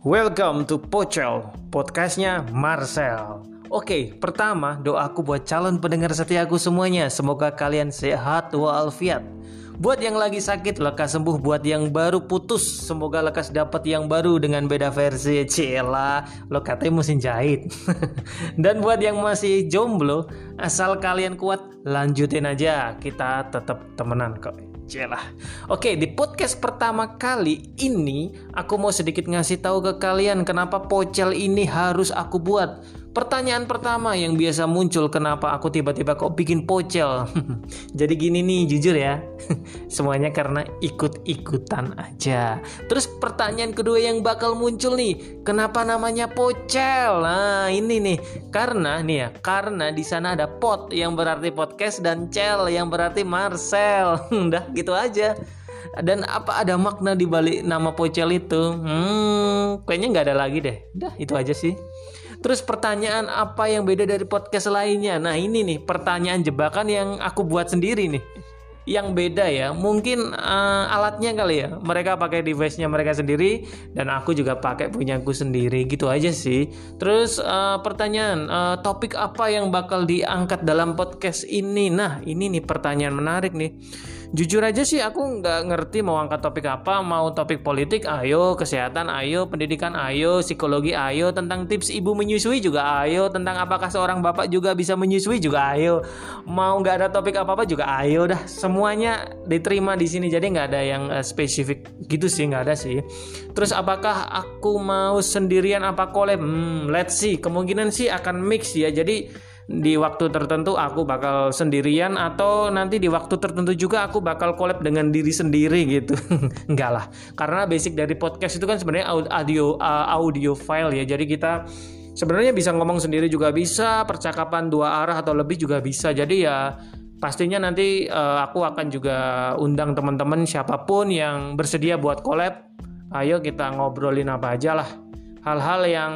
Welcome to Pocel, podcastnya Marcel. Oke, pertama doaku buat calon pendengar setiaku semuanya. Semoga kalian sehat walafiat. Buat yang lagi sakit, lekas sembuh. Buat yang baru putus, semoga lekas dapat yang baru dengan beda versi. Cela, lo katanya mesin jahit. Dan buat yang masih jomblo, asal kalian kuat, lanjutin aja. Kita tetap temenan kok. Celah. Oke, di podcast pertama kali ini aku mau sedikit ngasih tahu ke kalian kenapa Pocel ini harus aku buat. Pertanyaan pertama yang biasa muncul, kenapa aku tiba-tiba kok bikin Pocel? Jadi gini nih, jujur ya. Semuanya karena ikut-ikutan aja. Terus pertanyaan kedua yang bakal muncul nih, kenapa namanya Pocel? Nah, ini nih. Karena di sana ada pot yang berarti podcast dan cel yang berarti Marcel. Udah gitu aja. Dan apa ada makna di balik nama Pocel itu? Kayaknya nggak ada lagi deh. Udah itu aja sih. Terus pertanyaan apa yang beda dari podcast lainnya? Nah ini nih pertanyaan jebakan yang aku buat sendiri nih. Yang beda ya mungkin alatnya kali ya. Mereka pakai device-nya mereka sendiri dan aku juga pakai punyaku sendiri, gitu aja sih. Terus pertanyaan topik apa yang bakal diangkat dalam podcast ini? Nah ini nih pertanyaan menarik nih. Jujur aja sih aku nggak ngerti mau angkat topik apa. Mau topik politik ayo, kesehatan ayo, pendidikan ayo, psikologi ayo, tentang tips ibu menyusui juga ayo, tentang apakah seorang bapak juga bisa menyusui juga ayo. Mau nggak ada topik apa-apa juga ayo, dah semuanya diterima di sini. Jadi nggak ada yang spesifik gitu sih, nggak ada sih. Terus apakah aku mau sendirian apa collab? Let's see. Kemungkinan sih akan mix ya. Jadi di waktu tertentu aku bakal sendirian atau nanti di waktu tertentu juga aku bakal collab dengan diri sendiri gitu. Enggak lah, karena basic dari podcast itu kan sebenarnya audio file ya. Jadi kita sebenarnya bisa ngomong sendiri juga bisa, percakapan dua arah atau lebih juga bisa. Jadi ya pastinya nanti aku akan juga undang teman-teman siapapun yang bersedia buat collab. Ayo kita ngobrolin apa aja lah, hal-hal yang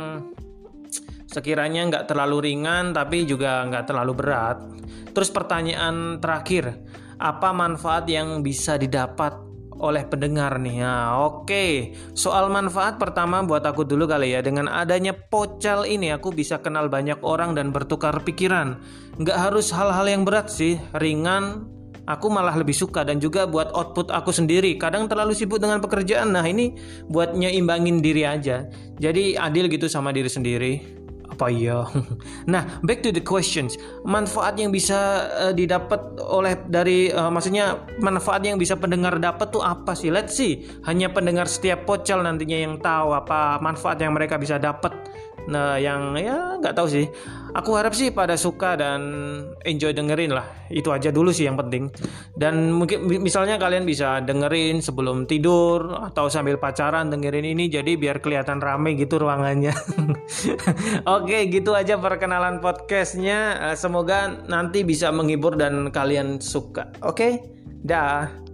sekiranya nggak terlalu ringan tapi juga nggak terlalu berat. Terus pertanyaan terakhir, apa manfaat yang bisa didapat oleh pendengar nih? Nah, oke. Soal manfaat pertama buat aku dulu kali ya. Dengan adanya Pocel ini aku bisa kenal banyak orang dan bertukar pikiran. Nggak harus hal-hal yang berat sih, ringan. Aku malah lebih suka dan juga buat output aku sendiri. Kadang terlalu sibuk dengan pekerjaan. Nah ini buat nyeimbangin diri aja. Jadi adil gitu sama diri sendiri. Apa iya? Nah, back to the questions. Manfaat yang bisa didapat oleh dari maksudnya manfaat yang bisa pendengar dapat tuh apa sih? Let's see. Hanya pendengar setiap Pocel nantinya yang tahu apa manfaat yang mereka bisa dapat. Nah, yang ya nggak tahu sih. Aku harap sih pada suka dan enjoy dengerin lah. Itu aja dulu sih yang penting. Dan mungkin misalnya kalian bisa dengerin sebelum tidur atau sambil pacaran dengerin ini, jadi biar kelihatan rame gitu ruangannya. Oke, gitu aja perkenalan podcastnya. Semoga nanti bisa menghibur dan kalian suka. Oke, dah.